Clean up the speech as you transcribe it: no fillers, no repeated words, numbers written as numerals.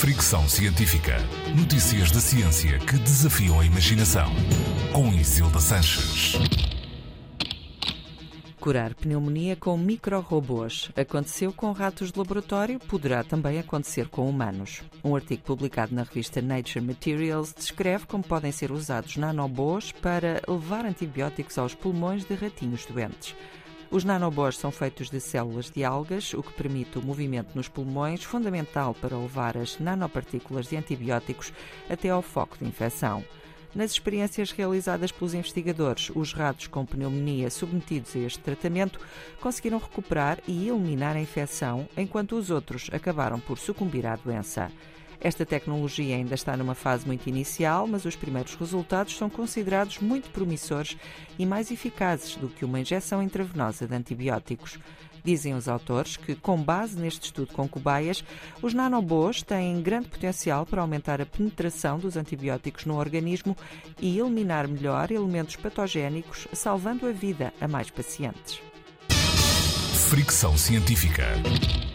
Fricção Científica. Notícias da ciência que desafiam a imaginação. Com Isilda Sanches. Curar pneumonia com micro-robôs. Aconteceu com ratos de laboratório, poderá também acontecer com humanos. Um artigo publicado na revista Nature Materials descreve como podem ser usados nanobôs para levar antibióticos aos pulmões de ratinhos doentes. Os nanobôs são feitos de células de algas, o que permite o movimento nos pulmões, fundamental para levar as nanopartículas de antibióticos até ao foco de infecção. Nas experiências realizadas pelos investigadores, os ratos com pneumonia submetidos a este tratamento conseguiram recuperar e eliminar a infecção, enquanto os outros acabaram por sucumbir à doença. Esta tecnologia ainda está numa fase muito inicial, mas os primeiros resultados são considerados muito promissores e mais eficazes do que uma injeção intravenosa de antibióticos. Dizem os autores que, com base neste estudo com cobaias, os nanobôs têm grande potencial para aumentar a penetração dos antibióticos no organismo e eliminar melhor elementos patogénicos, salvando a vida a mais pacientes. Fricção Científica.